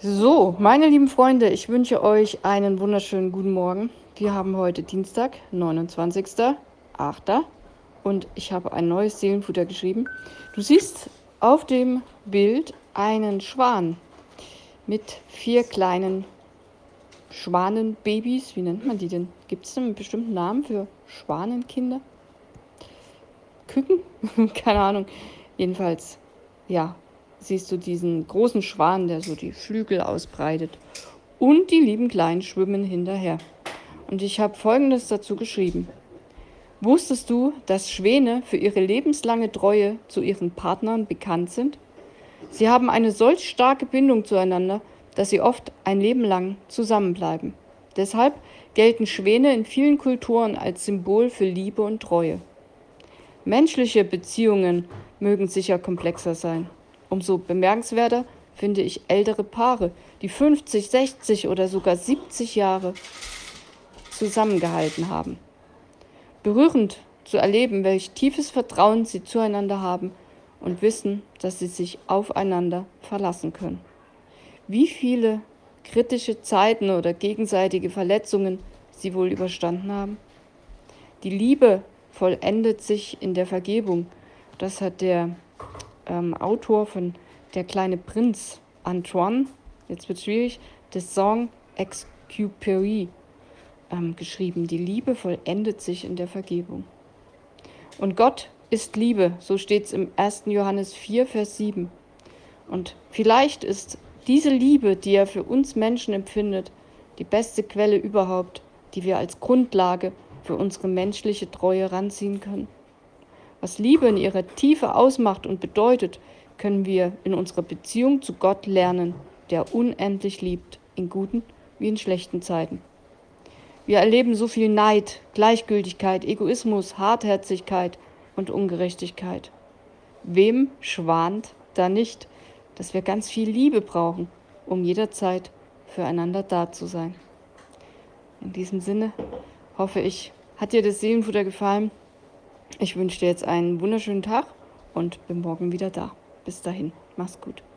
So, meine lieben Freunde, ich wünsche euch einen wunderschönen guten Morgen. Wir haben heute Dienstag, 29.08. und ich habe ein neues Seelenfutter geschrieben. Du siehst auf dem Bild einen Schwan mit 4 kleinen Schwanenbabys. Wie nennt man die denn? Gibt es einen bestimmten Namen für Schwanenkinder? Küken? Keine Ahnung. Jedenfalls, ja, siehst du diesen großen Schwan, der so die Flügel ausbreitet. Und die lieben Kleinen schwimmen hinterher. Und ich habe Folgendes dazu geschrieben. Wusstest du, dass Schwäne für ihre lebenslange Treue zu ihren Partnern bekannt sind? Sie haben eine solch starke Bindung zueinander, dass sie oft ein Leben lang zusammenbleiben. Deshalb gelten Schwäne in vielen Kulturen als Symbol für Liebe und Treue. Menschliche Beziehungen mögen sicher komplexer sein. Umso bemerkenswerter finde ich ältere Paare, die 50, 60 oder sogar 70 Jahre zusammengehalten haben. Berührend zu erleben, welch tiefes Vertrauen sie zueinander haben und wissen, dass sie sich aufeinander verlassen können. Wie viele kritische Zeiten oder gegenseitige Verletzungen sie wohl überstanden haben. Die Liebe vollendet sich in der Vergebung. Das hat der Autor von Der kleine Prinz, Antoine, jetzt wird es schwierig, de Saint-Exupéry geschrieben. Die Liebe vollendet sich in der Vergebung. Und Gott ist Liebe, so steht es im 1. Johannes 4, Vers 7. Und vielleicht ist diese Liebe, die er für uns Menschen empfindet, die beste Quelle überhaupt, die wir als Grundlage für unsere menschliche Treue ranziehen können. Was Liebe in ihrer Tiefe ausmacht und bedeutet, können wir in unserer Beziehung zu Gott lernen, der unendlich liebt, in guten wie in schlechten Zeiten. Wir erleben so viel Neid, Gleichgültigkeit, Egoismus, Hartherzigkeit und Ungerechtigkeit. Wem schwant da nicht, dass wir ganz viel Liebe brauchen, um jederzeit füreinander da zu sein? In diesem Sinne hoffe ich, hat dir das Seelenfutter gefallen? Ich wünsche dir jetzt einen wunderschönen Tag und bin morgen wieder da. Bis dahin, mach's gut.